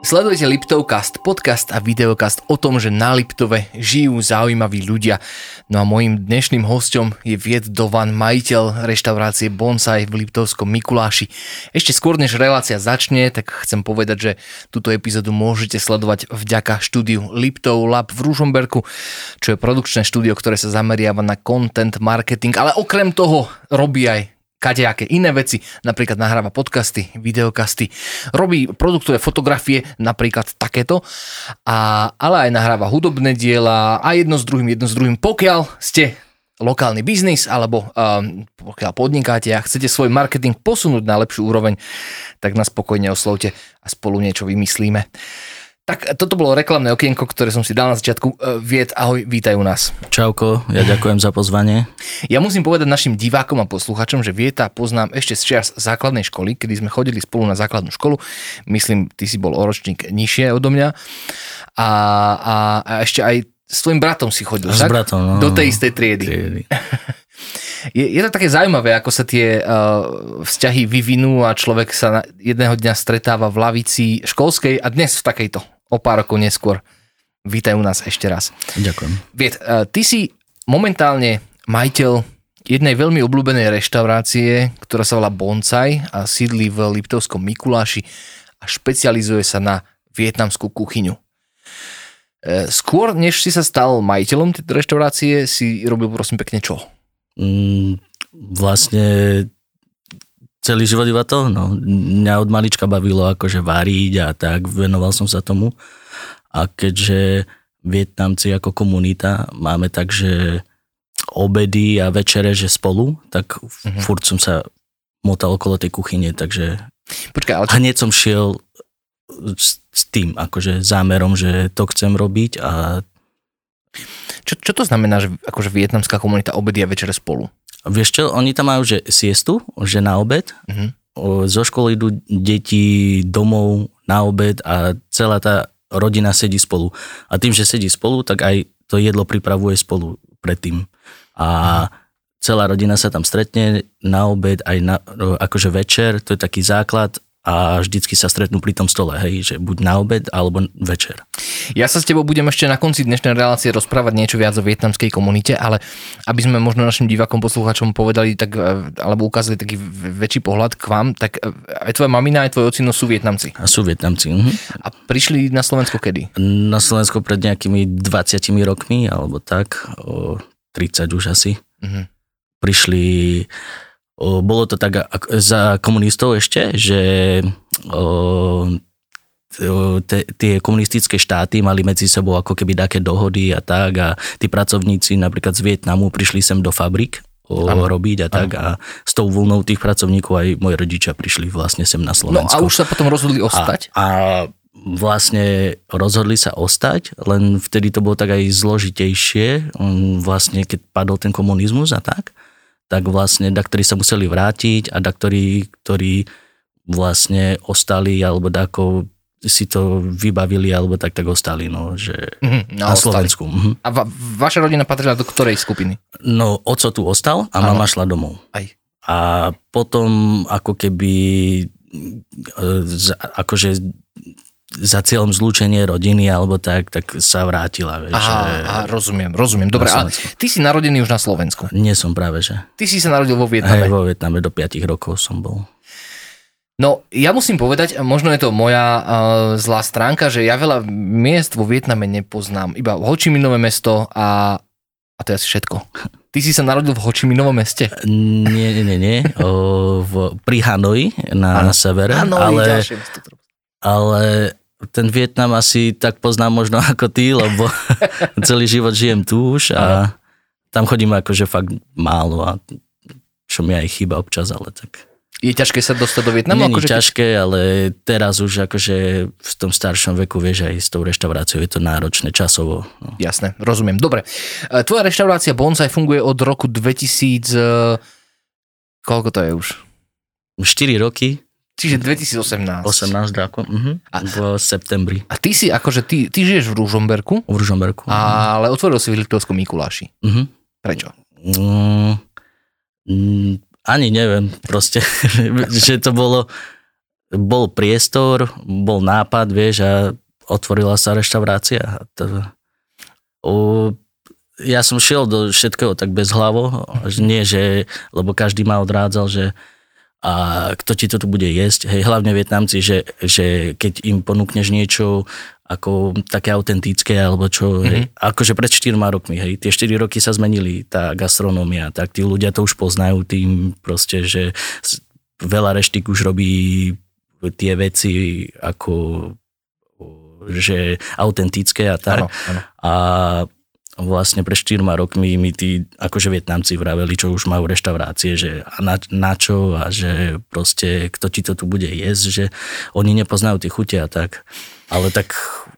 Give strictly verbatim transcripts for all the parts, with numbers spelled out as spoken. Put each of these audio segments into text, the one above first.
Sledujete Liptovcast, podcast a videokast o tom, že na Liptove žijú zaujímaví ľudia. No a mojím dnešným hosťom je Viet Dovan, majiteľ reštaurácie Bonsai v Liptovskom Mikuláši. Ešte skôr než relácia začne, tak chcem povedať, že túto epizódu môžete sledovať vďaka štúdiu Liptov Lab v Ružomberku, čo je produkčné štúdio, ktoré sa zameriava na content marketing, ale okrem toho robí aj kadejaké iné veci, napríklad nahráva podcasty, videokasty, robí produktové fotografie, napríklad takéto, a, ale aj nahráva hudobné diela a jedno s druhým, jedno s druhým. Pokiaľ ste lokálny biznis alebo um, pokiaľ podnikáte a chcete svoj marketing posunúť na lepšiu úroveň, tak nás spokojne oslovte a spolu niečo vymyslíme. Tak toto bolo reklamné okienko, ktoré som si dal na začiatku. Viet, ahoj, vítaj u nás. Čauko, ja ďakujem za pozvanie. Ja musím povedať našim divákom a posluchačom, že Vieta poznám ešte z čias základnej školy, kedy sme chodili spolu na základnú školu. Myslím, ty si bol o ročník nižšie odo mňa. A, a, a ešte aj s tvojim bratom si chodil, s tak? bratom, no. Do tej istej triedy. triedy. Je, je to také zaujímavé, ako sa tie uh, vzťahy vyvinú a človek sa na, jedného dňa stretáva v lavici školskej a dnes v takejto. O pár rokov neskôr. Vítaj u nás ešte raz. Ďakujem. Viet, ty si momentálne majiteľ jednej veľmi obľúbenej reštaurácie, ktorá sa volá Bonsai a sídli v Liptovskom Mikuláši a špecializuje sa na vietnamskú kuchyňu. Skôr, než si sa stal majiteľom tejto reštaurácie, si robil prosím pekne čo? Mm, vlastne celý život iba to, no. Mňa od malička bavilo akože variť a tak, venoval som sa tomu. A keďže Vietnamci ako komunita máme tak, že obedy a večere, že spolu, tak uh-huh. furt som sa motal okolo tej kuchyne, takže Počkaj, ale čo... hneď som šiel s, s tým, akože zámerom, že to chcem robiť a... Čo, čo to znamená, že akože vietnamská komunita obedy a večere spolu? Vieš čo, oni tam majú, že siestu, že na obed, uh-huh. zo školy idú deti domov na obed a celá tá rodina sedí spolu. A tým, že sedí spolu, tak aj to jedlo pripravuje spolu predtým. A uh-huh. celá rodina sa tam stretne na obed, aj na, akože večer, to je taký základ a vždycky sa stretnú pri tom stole, hej, že buď na obed alebo večer. Ja sa s tebou budem ešte na konci dnešnej relácie rozprávať niečo viac o vietnamskej komunite, ale aby sme možno našim divákom, poslucháčom povedali, tak, alebo ukázali taký väčší pohľad k vám, tak aj tvoja mamina, aj tvoj ocino sú Vietnamci. A sú Vietnamci, mhm. A prišli na Slovensko kedy? Na Slovensko pred nejakými dvadsiatimi rokmi, alebo tak, o tridsať už asi. Mhm. Prišli... O, bolo to tak za komunistov ešte, že o, te, tie komunistické štáty mali medzi sebou ako keby také dohody a tak a tí pracovníci napríklad z Vietnamu prišli sem do fabrik o, robiť a tak ano. A s tou vlnou tých pracovníkov aj moji rodičia prišli vlastne sem na Slovensko. No a už sa potom rozhodli ostať? A, a vlastne rozhodli sa ostať, len vtedy to bolo tak aj zložitejšie, vlastne keď padol ten komunizmus a tak. tak vlastne daktorí sa museli vrátiť a daktorí, ktorí vlastne ostali alebo dako si to vybavili alebo tak, tak ostali, no, že mm-hmm, no, na Slovensku. Mm-hmm. A va- vaša rodina patrila do ktorej skupiny? No, oco tu ostal a mama šla domov. Aj. A potom ako keby akože za cieľom zlúčenie rodiny alebo tak, tak sa vrátila. Vieš, aha, že... aha, rozumiem, rozumiem. Dobre, ale ty si narodený už na Slovensku. Nie som práve, že. Ty si sa narodil vo Vietname. Hej, vo Vietname do piatich rokov som bol. No, ja musím povedať, možno je to moja uh, zlá stránka, že ja veľa miest vo Vietname nepoznám. Iba Ho Chi Minhové mesto a, a to je asi všetko. Ty si sa narodil v Ho Chi Minhovom meste? Nie, nie, nie. O, v, pri Hanoji na ano. Severe. Hanoi, ale, ale ten Vietnam asi tak poznám možno ako ty, lebo celý život žijem tu už a ano. Tam chodím akože fakt málo a čo mi aj chýba občas, ale tak... Je ťažké sa dostať do Vietnamu? Nie akože je ťažké, keď... ale teraz už akože v tom staršom veku, vieš, aj s tou reštauráciou je to náročné časovo. No. Jasné, rozumiem. Dobre. Tvoja reštaurácia Bonsai funguje od roku dvetisíc... Koľko to je už? štyri roky. Čiže dvetisícosemnásť. osemnásť, dáko. Uh-huh. A, v septembri. A ty si, akože ty, ty žiješ v Ružomberku? V Ružomberku. Ale otvoril si v Liptovskom Mikuláši. Uh-huh. Prečo? Mm, mm, Ani neviem, proste, že to bolo, bol priestor, bol nápad, vieš, a otvorila sa reštaurácia. To, o, ja som šiel do všetkého tak bezhlavo, nie, že, lebo každý ma odrádzal, že a kto ti to tu bude jesť, hej, hlavne Vietnamci, že, že keď im ponúkneš niečo ako také autentické, alebo čo, mm-hmm. hej, akože pred štyrma rokmi, hej, tie štyri roky sa zmenili, tá gastronómia, tak tí ľudia to už poznajú tým proste, že veľa reštík už robí tie veci ako že autentické a tak. Ano, ano. A vlastne pred štyrma rokmi mi tí akože Vietnamci vraveli, čo už majú reštaurácie, že na, na čo a že proste kto ti to tu bude jesť, že oni nepoznajú tie chute a tak. Ale tak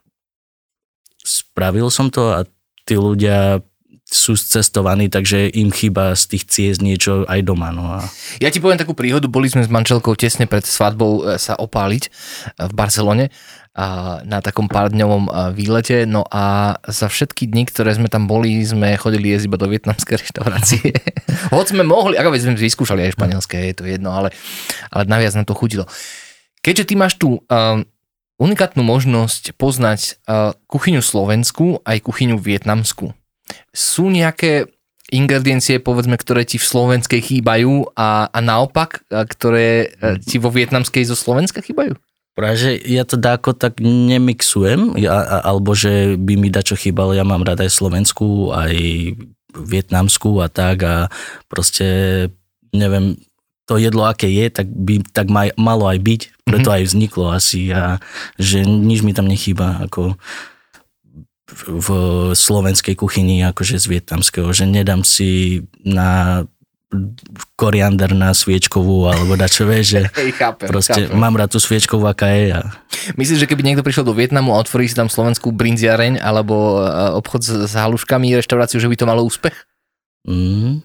spravil som to a tí ľudia sú cestovaní, takže im chýba z tých ciest niečo aj doma. No a... Ja ti poviem takú príhodu, boli sme s manželkou tesne pred svadbou sa opáliť v Barcelone na takom pár dňovom výlete, no a za všetky dni, ktoré sme tam boli, sme chodili jesť iba do vietnamskej reštaurácie. Hoď sme mohli, ako veď sme vyskúšali aj španielské, je to jedno, ale, ale naviac nám to chutilo. Keďže ty máš tu um, unikátnu možnosť poznať uh, kuchyňu slovenskú aj kuchyňu vietnamskú, sú nejaké ingrediencie, povedzme, ktoré ti v slovenskej chýbajú a, a naopak, ktoré ti vo vietnamskej zo Slovenska chýbajú? Práve, ja to dáko tak nemixujem, ja, alebo že by mi dačo chýbalo, ja mám rád aj slovenskú, aj vietnamskú a tak a proste, neviem, to jedlo, aké je, tak by tak maj, malo aj byť, preto mm-hmm. aj vzniklo asi a že nič mi tam nechýba, ako v slovenskej kuchyni, akože z vietnamského, že nedám si na koriander na sviečkovú, alebo dačo, vieš, že Hej, chápem, proste chápem. mám rád tú sviečkovú, aká je. A... Myslíš, že keby niekto prišiel do Vietnamu a otvorí si tam slovenskú brinziareň alebo obchod s, s haluškami, reštauráciu, že by to malo úspech? Mm.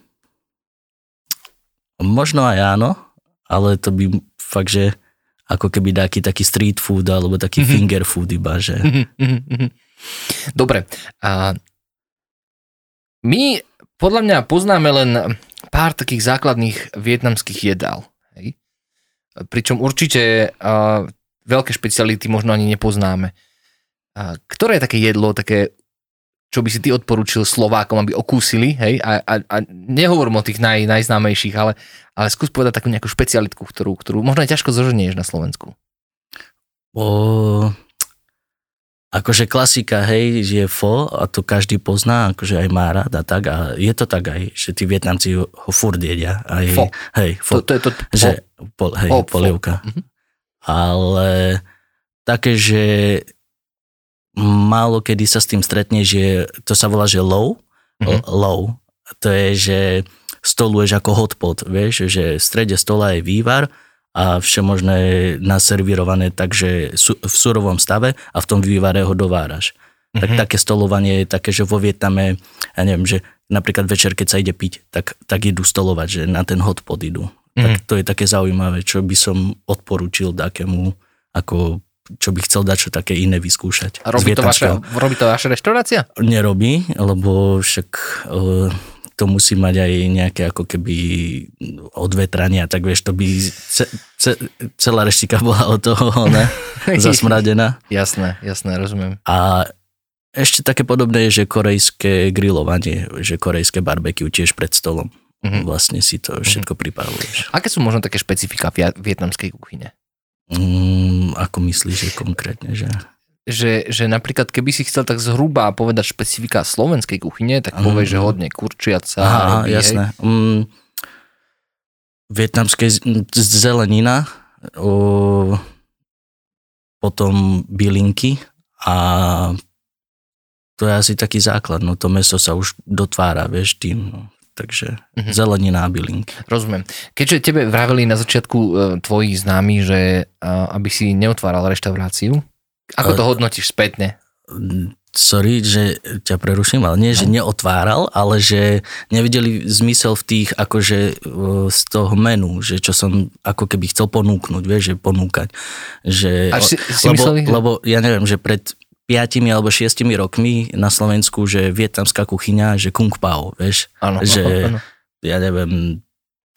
Možno aj áno, ale to by fakt, že ako keby taký, taký street food, alebo taký mm-hmm. finger food iba, že... Dobre. A my podľa mňa poznáme len pár takých základných vietnamských jedál. Hej? Pričom určite a, veľké špeciality možno ani nepoznáme. A, ktoré je také jedlo, také, čo by si ty odporúčil Slovákom, aby okúsili? Hej? A, a, a nehovorím o tých naj, najznámejších, ale, ale skús povedať takú nejakú špecialitku, ktorú, ktorú možno aj ťažko zoženieš na Slovensku. O... Akože klasika, hej, je pho a to každý pozná, akože aj má rád a tak a je to tak aj, že tí Vietnamci ho furt jedia. Aj, pho. Hej, pho. To, to je to že, pol, hej, oh, polievka. Mm-hmm. Ale také, že málo kedy sa s tým stretne, že to sa volá, že low. Mm-hmm. Low. To je, že stoluješ ako hotpot, vieš, že v strede stola je vývar a všemožné naservírované takže v surovom stave a v tom vývare ho dováraš. Mm-hmm. Tak také stolovanie je také, že vo Vietname, ja neviem, že napríklad večer, keď sa ide piť, tak, tak idú stolovať, že na ten hotpot idú. Mm-hmm. Tak to je také zaujímavé, čo by som odporúčil takému, ako čo by chcel dať, čo také iné vyskúšať. A robí to, vaša, robí to vaša reštaurácia? Nerobí, lebo však... Uh, to musí mať aj nejaké ako keby odvetrania, tak vieš, to by ce, ce, celá reštika bola od toho, ne? Zasmradená. Jasné, jasné, rozumiem. A ešte také podobné je, že korejské grilovanie, že korejské barbecue tiež pred stolom. Mm-hmm. Vlastne si to všetko mm-hmm. pripravuješ. Aké sú možno také špecifika vietnamskej kuchyne? Mm, ako myslíš, že konkrétne, že... Že, že napríklad, keby si chcel tak zhruba povedať špecifika slovenskej kuchyne, tak povieš, mm. že hodne kurčiaca. Aha, robí, jasné. Mm, vietnamské zelenina, o, potom bylinky a to je asi taký základ, no to mäso sa už dotvára, vieš, tým, no. Takže mm-hmm. zelenina a bylinky. Rozumiem. Keďže tebe vraveli na začiatku e, tvoji známi, že e, aby si neotváral reštauráciu, ako to hodnotíš spätne? Sorry, že ťa preruším, ale nie, že neotváral, ale že nevideli zmysel v tých, akože z toho menu, že čo som ako keby chcel ponúknuť, vieš, že ponúkať. Že, si, si lebo, mysleli, lebo ja neviem, že pred piatimi alebo šiestimi rokmi na Slovensku, že vietnamská kuchyňa, že kung pao, vieš, ano, že ano. ja neviem,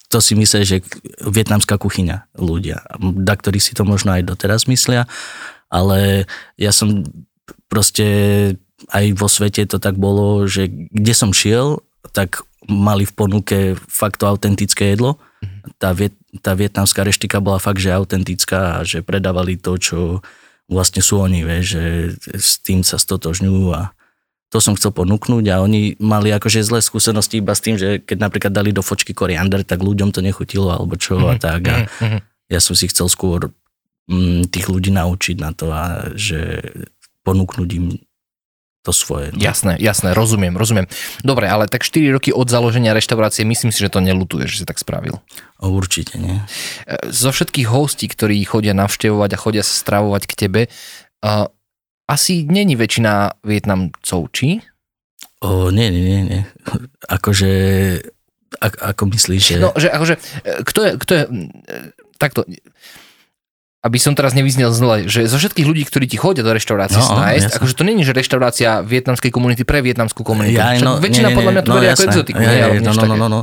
to si myslia, že vietnamská kuchyňa ľudia. Da, ktorí si to možno aj doteraz myslia, ale ja som proste aj vo svete to tak bolo, že kde som šiel, tak mali v ponuke fakt to autentické jedlo. Tá, viet, tá vietnamská reštika bola fakt, že autentická a že predávali to, čo vlastne sú oni, vieš, že s tým sa stotožňujú a to som chcel ponúknuť a oni mali akože zlé skúsenosti iba s tým, že keď napríklad dali do fočky koriander, tak ľuďom to nechutilo alebo čo mm-hmm. a tak a ja som si chcel skôr mm, tých ľudí naučiť na to a že ponúknuť im to svoje. No. Jasné, jasné, rozumiem, rozumiem. Dobre, ale tak štyri roky od založenia reštaurácie, myslím si, že to neľutuješ, že si tak spravil. O, určite nie. Zo všetkých hostí, ktorí chodia navštevovať a chodia sa stravovať k tebe, uh, asi není väčšina Vietnamcov, či? O, nie, nie, nie, nie. Akože, ako, ako myslíš, že... No, že akože, kto je, kto je, takto, aby som teraz nevyznel zle, že zo všetkých ľudí, ktorí ti chodia do reštaurácie no, nájsť, akože to není, že reštaurácia vietnamskej komunity pre vietnamskú komunitu. Ja, no, väčšina nie, nie, podľa mňa to no, berie ako exotiku. Ja, ja, no, no, no, no, no.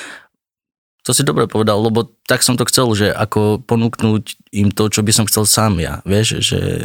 To si dobre povedal, lebo tak som to chcel, že ako ponúknuť im to, čo by som chcel sám ja. Vieš, že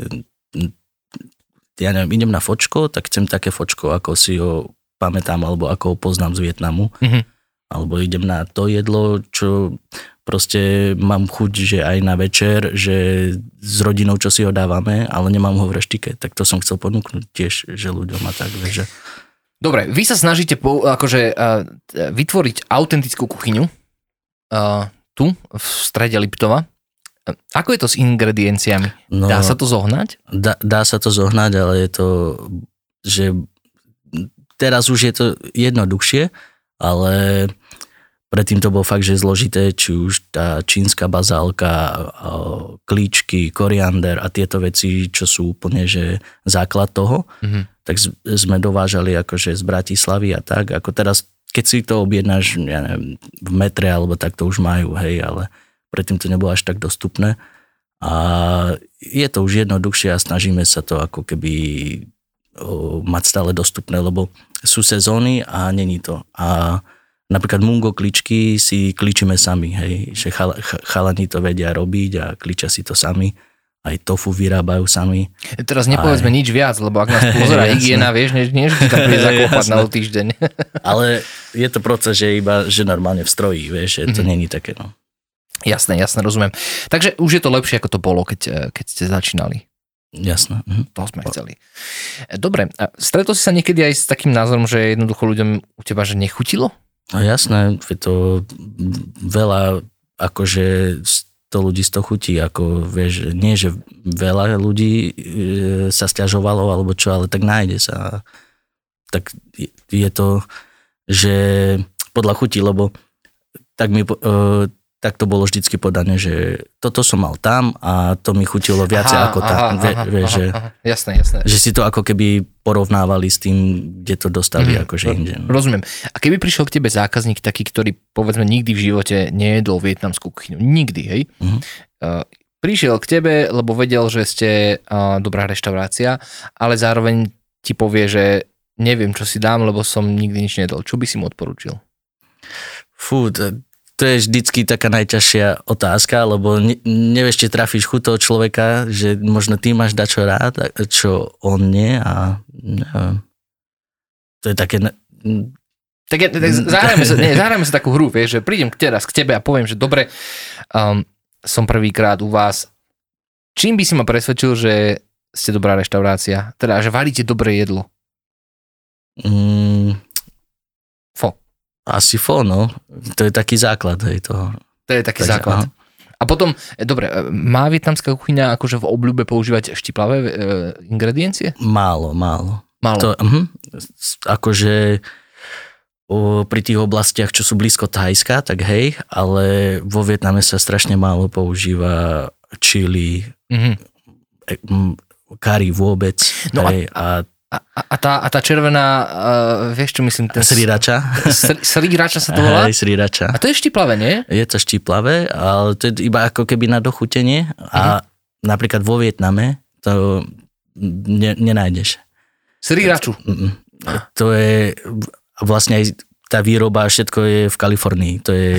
ja neviem, idem na fočko, tak chcem také fočko, ako si ho pamätám, alebo ako ho poznám z Vietnamu. Mm-hmm. Alebo idem na to jedlo, čo proste mám chuť, že aj na večer, že s rodinou, čo si ho dávame, ale nemám ho v reštike. Tak to som chcel ponúknuť tiež, že ľuďom a tak, vieš. Že... Dobre, vy sa snažíte po, akože, uh, vytvoriť autentickú kuchyňu uh, tu, v strede Liptova. Ako je to s ingredienciami? No, dá sa to zohnať? Dá, dá sa to zohnať, ale je to, že teraz už je to jednoduchšie, ale predtým to bolo fakt, že zložité, či už tá čínska bazálka, klíčky, koriander a tieto veci, čo sú úplne, že základ toho, mm-hmm. tak sme dovážali akože z Bratislavy a tak, ako teraz, keď si to objednáš, ja neviem, v metre alebo tak, to už majú, hej, ale predtým to nebolo až tak dostupné a je to už jednoduchšie a snažíme sa to ako keby o, mať stále dostupné, lebo sú sezóny a není to. A napríklad mungo kličky si kličíme sami, hej, že chal, chalani to vedia robiť a kličia si to sami. Aj tofu vyrábajú sami. Teraz nepovedzme aj... nič viac, lebo ak nás pozerá hygiena, vieš, než nie, že tam bude zakopať na týždeň. Ale je to proces, že iba, že normálne v stroji, vieš, že to mm-hmm. není také, no. Jasné, jasné, rozumiem. Takže už je to lepšie, ako to bolo, keď, keď ste začínali. Jasné. Mhm. To sme chceli. Dobre, a stretol si sa niekedy aj s takým názorom, že jednoducho ľuďom u teba, že nechutilo? No jasné, je to veľa, akože to ľudí z toho chutí, ako vieš, nie, že veľa ľudí sa sťažovalo, alebo čo, ale tak nájde sa. Tak je to, že podľa chutí, lebo tak mi... tak to bolo vždycky podané, že toto som mal tam a to mi chutilo viacej aha, ako tam. Aha, aha, Vie, aha, že, aha. Jasné, jasné. Že si to ako keby porovnávali s tým, kde to dostali mm, akože inde. Rozumiem. A keby prišiel k tebe zákazník taký, ktorý povedzme nikdy v živote nejedol vietnamskú kuchyňu, nikdy, hej? Mm-hmm. Uh, prišiel k tebe, lebo vedel, že ste uh, dobrá reštaurácia, ale zároveň ti povie, že neviem, čo si dám, lebo som nikdy nič nejedol. Čo by si mu odporučil? Fú, to... To je vždycky taká najťažšia otázka, lebo ne, nevieš, či trafíš chuť toho človeka, že možno ty máš dačo rád, čo on nie a neviem. To je také... Tak, ja, tak zahrajme, sa, nie, zahrajme sa takú hru, vieš, že prídem teraz k tebe a poviem, že dobre, um, som prvýkrát u vás. Čím by si ma presvedčil, že ste dobrá reštaurácia? Teda, že varíte dobré jedlo? Mm. Fo. Asi fo, no. To je taký základ, hej, toho. To je taký Takže, základ. Aha. A potom, dobre, má vietnamská kuchyňa akože v obľúbe používať štiplavé e, ingrediencie? Málo, málo. Málo. To, uh, akože o, pri tých oblastiach, čo sú blízko Thajska, tak hej, ale vo Vietname sa strašne málo používa čili, mm-hmm. e, m, kari vôbec, no hej, a, a A, a, tá, a tá červená, uh, vieš čo myslím? Ten... Sriracha. Sr, sriracha sa to volá? Hej, sriracha. A to je štiplavé, nie? Je to štiplavé, ale to je iba ako keby na dochutenie a uh-huh. napríklad vo Vietname to ne, nenájdeš. Srirachu. To je vlastne aj tá výroba, všetko je v Kalifornii. To je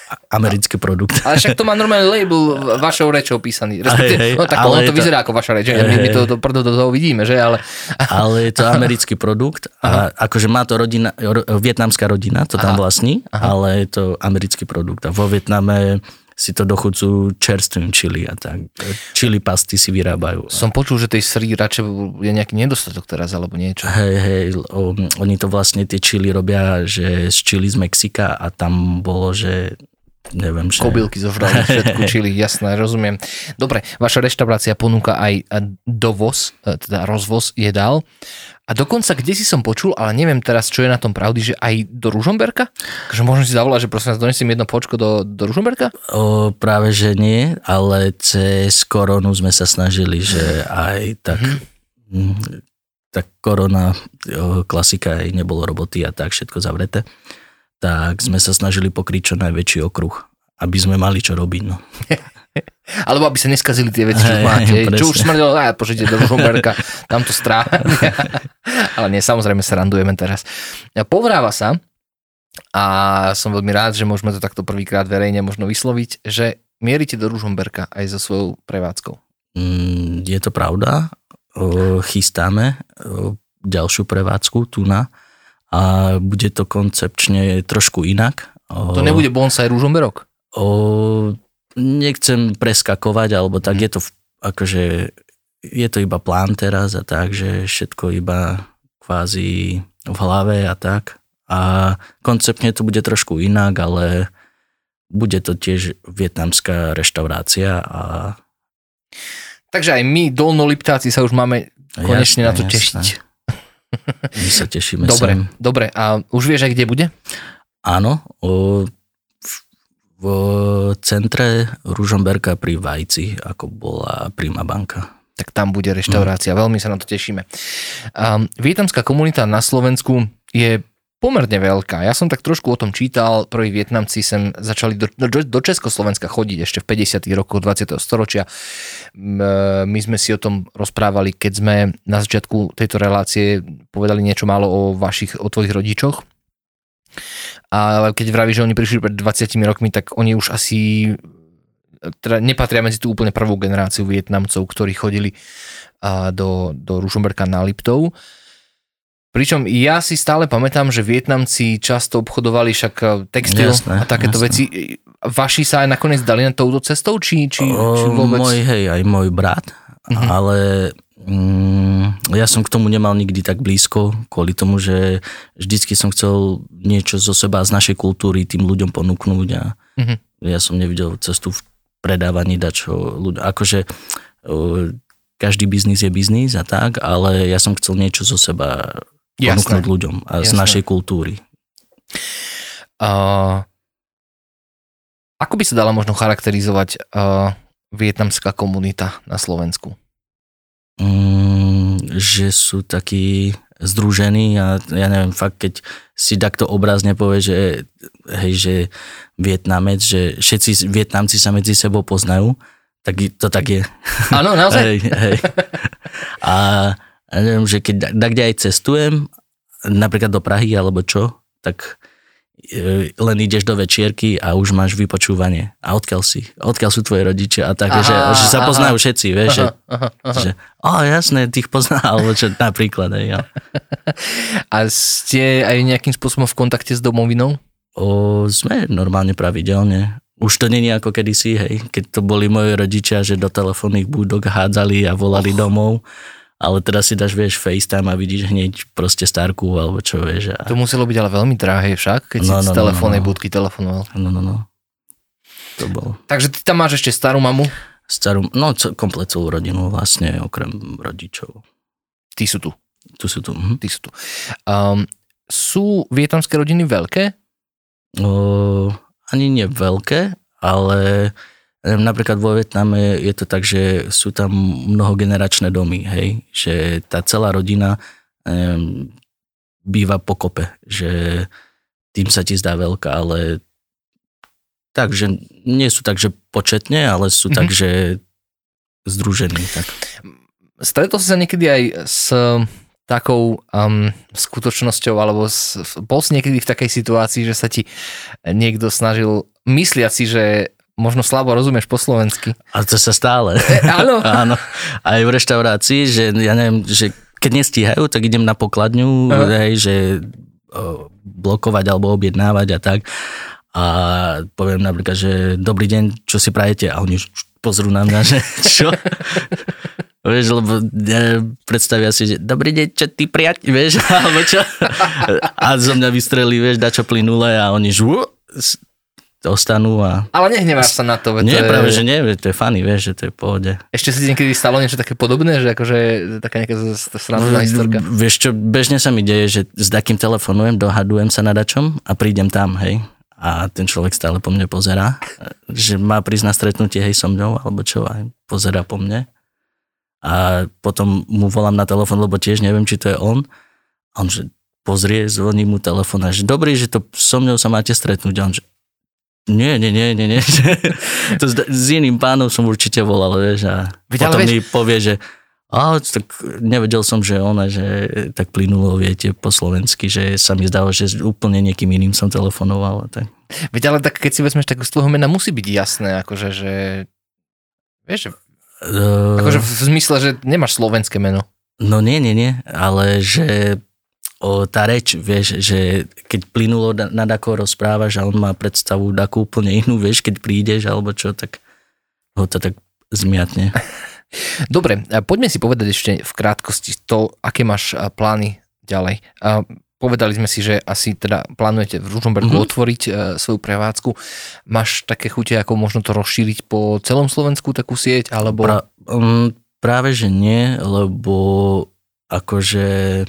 americký produkt. Ale však to má normálny label vašou rečou písaný. Hej, hej, no tak ono to, to vyzerá ako vaša reč. Hej, my, my to, to, to, to toho vidíme, že? Ale, ale je to americký produkt a aha. akože má to rodina, vietnamská rodina, to tam aha. vlastní, aha. ale je to americký produkt. A vo Vietname si to dochudzujú čerstvým čili a tak. Čili pasty si vyrábajú. Som počul, že tej srirače je nejaký nedostatok teraz, alebo niečo. Hej, hej, o, oni to vlastne tie čili robia, že z čili z Mexika a tam bolo, že neviem, že... Kobylky zožrali všetku čili, jasné, rozumiem. Dobre, vaša reštaurácia ponúka aj dovoz, teda rozvoz jedál. A dokonca, kde si som počul, ale neviem teraz, čo je na tom pravdy, že aj do Ružomberka? Takže možno si zavolať, že prosím vás, donesiem jedno počko do, do Ružomberka? O, práve, že nie, ale cez koronu sme sa snažili, že aj tak... Mm-hmm. Tak korona, o, klasika, aj nebolo roboty a tak, všetko zavreté. Tak sme sa snažili pokryť čo najväčší okruh, aby sme mali čo robiť, no. Alebo aby sa neskazili tie veci, čo máte. Čo už smrdelo, aj požite do Ružomberka, tam to stráva. Ale nie, samozrejme sa randujeme teraz. Povráva sa, a som veľmi rád, že môžeme to takto prvýkrát verejne možno vysloviť, že mierite do Ružomberka aj so svojou prevádzkou. Mm, je to pravda. O, chystáme o, ďalšiu prevádzku tu na a bude to koncepčne trošku inak. O, to nebude bonsai Ružomberok? O, nechcem preskakovať, alebo tak je to akože je to iba plán teraz a tak, že všetko iba kvázi v hlave a tak. A konceptne to bude trošku inak, ale bude to tiež vietnamská reštaurácia. A... Takže aj my, dolnoliptáci, sa už máme konečne jasné, na to jasné. tešiť. My sa tešíme. Dobre, sem. dobre. A už vieš aj kde bude? Áno, o, v, v centre Ružomberka pri Vajci, ako bola Prima banka. Tak tam bude reštaurácia, mm. veľmi sa na to tešíme. Um, vietnamská komunita na Slovensku je pomerne veľká. Ja som tak trošku o tom čítal, prví Vietnamci sem začali do, do, do Československa chodiť ešte v päťdesiatych rokoch dvadsiateho storočia. My sme si o tom rozprávali, keď sme na začiatku tejto relácie povedali niečo málo o vašich, o tvojich rodičoch. A keď vravíš, že oni prišli pred dvadsiatimi rokmi, tak oni už asi teda nepatria medzi tú úplne prvú generáciu Vietnamcov, ktorí chodili do, do Ružomberka na Liptov. Pričom ja si stále pamätám, že Vietnamci často obchodovali však textil jasné, a takéto jasné. veci. Vaši sa aj nakoniec dali na touto cestou? Či, či, či vôbec? Môj, hej, aj môj brat, uh-huh. ale mm, ja som k tomu nemal nikdy tak blízko, kvôli tomu, že vždycky som chcel niečo zo seba z našej kultúry tým ľuďom ponúknuť a uh-huh. ja som nevidel cestu v predávaní dačo ľuďom. Akože o, každý biznis je biznis a tak, ale ja som chcel niečo zo seba ponúknuť ľuďom a z Jasné. našej kultúry. Uh, ako by sa dala možno charakterizovať uh, vietnamská komunita na Slovensku? Mm, že sú takí združení a ja neviem, fakt, keď si takto obrazne povie, že, hej, že Vietnamec, že všetci Vietnamci sa medzi sebou poznajú, tak to tak je. Áno, naozaj? hej, hej. A ja neviem, že keď da, kde aj cestujem, napríklad do Prahy alebo čo, tak e, len ideš do večierky a už máš vypočúvanie. A odkiaľ si? Odkiaľ sú tvoje rodičia? A tak, aha, že, že sa poznajú aha. všetci, vieš, aha, že, aha, aha. že o jasné, tých pozná, alebo čo napríklad. Aj, ja. A ste aj nejakým spôsobom v kontakte s domovinou? O, sme normálne pravidelne. Už to nie je ako kedysi, hej, keď to boli moji rodičia, že do telefónnych budok hádzali a volali oh. domov. Ale teraz si dáš, vieš, FaceTime a vidíš hneď proste starku, alebo čo, vieš. A... To muselo byť ale veľmi drahé však, keď no, si no, z telefónnej no, no. budky telefonoval. No, no, no. To bolo. Takže ty tam máš ešte starú mamu? Starú, no komplet celú rodinu vlastne, okrem rodičov. Tí sú tu? Tu sú tu. Mhm. Tí sú tu. Um, sú vietnamské rodiny veľké? O, ani nie veľké, ale... Napríklad vo Vietname je to tak, že sú tam mnohogeneračné domy, hej, že tá celá rodina um, býva po kope, že tým sa ti zdá veľká, ale takže nie sú tak, že početne, ale sú mm-hmm. tak, že združení. Tak. Stretol si sa niekedy aj s takou um, skutočnosťou, alebo s, bol si niekedy v takej situácii, že sa ti niekto snažil, mysliať si, že možno slabo rozumieš po slovensky. A to sa stále. E, áno. Áno. Aj v reštaurácii, že ja neviem, že keď nestíhajú, tak idem na pokladňu, hej, že o, blokovať alebo objednávať a tak. A poviem napríklad, že dobrý deň, čo si prajete? A oni pozrú na mňa, že čo? Vieš, lebo ja predstavia si, že dobrý deň, čo ty prijať, vieš, alebo čo? A zo mňa vystrelí, vieš, dačo plynulé a oni žu, ostanú a... Ale nehneváš sa na to. Nie, to je... práve, že nie, to je funny, vieš, že to je v pohode. Ešte si niekedy stalo niečo také podobné, že akože taká nejaká srandovná historka? Vieš čo, bežne sa mi deje, že s takým telefonujem, dohadujem sa na dačom a prídem tam, hej. A ten človek stále po mne pozerá, že má prísť na stretnutie, hej, so mňou, alebo čo, aj pozerá po mne. A potom mu volám na telefon, lebo tiež neviem, či to je on. A on, že pozrie, zvoní mu telefon a že dobrý, že to so mňou sa máte stretnúť. A on, že nie, nie, nie, nie, nie. To s, s iným pánom som určite volal, vieš, a Veď, potom vieš... mi povie, že a, tak nevedel som, že ona, že tak plynulo, viete, po slovensky, že sa mi zdalo, že úplne niekým iným som telefonoval. Tak. Veď, ale tak keď si vezmeš, tak z tvojho mena musí byť jasné, akože, že vieš, uh... akože v zmysle, že nemáš slovenské meno. No nie, nie, nie, ale že o, tá reč, vieš, že keď plynulo nad ako rozprávaš a on má predstavu takú úplne inú, vieš, keď prídeš alebo čo, tak ho to tak zmiatne. Dobre, poďme si povedať ešte v krátkosti to, aké máš plány ďalej. Povedali sme si, že asi teda plánujete v Ružomberku mm-hmm. otvoriť svoju prevádzku. Máš také chute, ako možno to rozšíriť po celom Slovensku, takú sieť, alebo... Pra, um, práve, že nie, lebo akože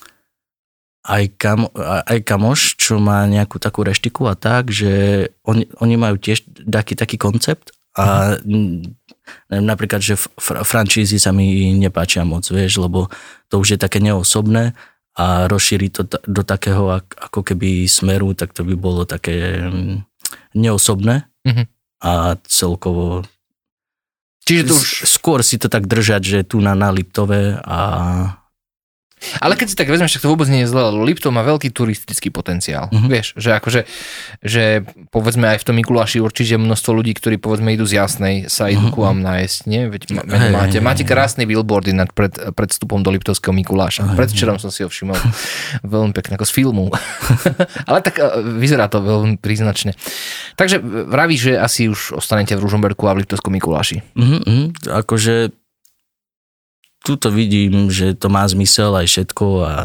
aj, kam, aj kamoš, čo má nejakú takú reštiku a tak, že oni, oni majú tiež taký, taký koncept a mm-hmm. napríklad, že fr- franšízy sa mi nepáčia moc, vieš, lebo to už je také neosobné a rozšíriť to t- do takého ako keby smeru, tak to by bolo také neosobné mm-hmm. a celkovo Čiže to už... skôr si to tak držať, že tu na, na Liptove a... Ale keď si tak vezmeš, tak to vôbec nie je zle, lebo Liptov má veľký turistický potenciál. Mm-hmm. Vieš, že akože, že povedzme aj v tom Mikuláši určite množstvo ľudí, ktorí povedzme idú z Jasnej, sa idú mm-hmm. ku vám nájsť, nie? Veď ma, hey, máte, hey, máte krásne billboardy nad pred, pred vstupom do Liptovského Mikuláša. Hey, Predvčerom som si ho všimol. Veľmi pekne, ako z filmu. Ale tak vyzerá to veľmi príznačne. Takže vravíš, že asi už ostanete v Ružomberku a v Liptovskom Mikuláši. Mm-hmm, akože tuto vidím, že to má zmysel aj všetko a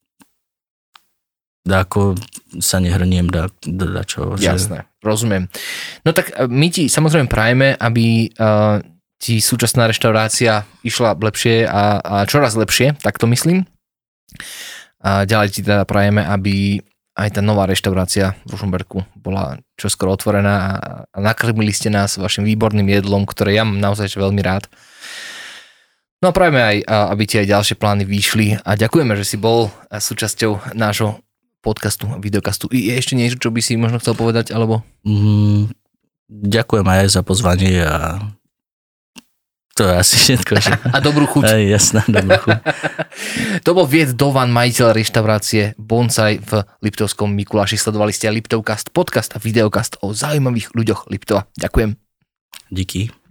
ako sa nehrniem da, da, da čo. Že... Jasné, rozumiem. No tak my ti samozrejme prajeme, aby uh, ti súčasná reštaurácia išla lepšie a, a čoraz lepšie, tak to myslím. A ďalej ti teda prajeme, aby aj tá nová reštaurácia v Ružomberku bola čoskoro otvorená a, a nakrmili ste nás vašim výborným jedlom, ktoré ja mám naozaj veľmi rád. No a prajeme aj, aby ti aj ďalšie plány vyšli a ďakujeme, že si bol súčasťou nášho podcastu, videokastu. Je ešte niečo, čo by si možno chcel povedať, alebo? Mm, ďakujem aj za pozvanie a to je asi všetko. Že... A dobrú chuť. Aj, jasná, dobrú chuť. To bol Viet Dovan, majiteľ reštaurácie Bonsai v Liptovskom Mikuláši. Sledovali ste aj Liptovcast, podcast a videokast o zaujímavých ľuďoch Liptova. Ďakujem. Díky.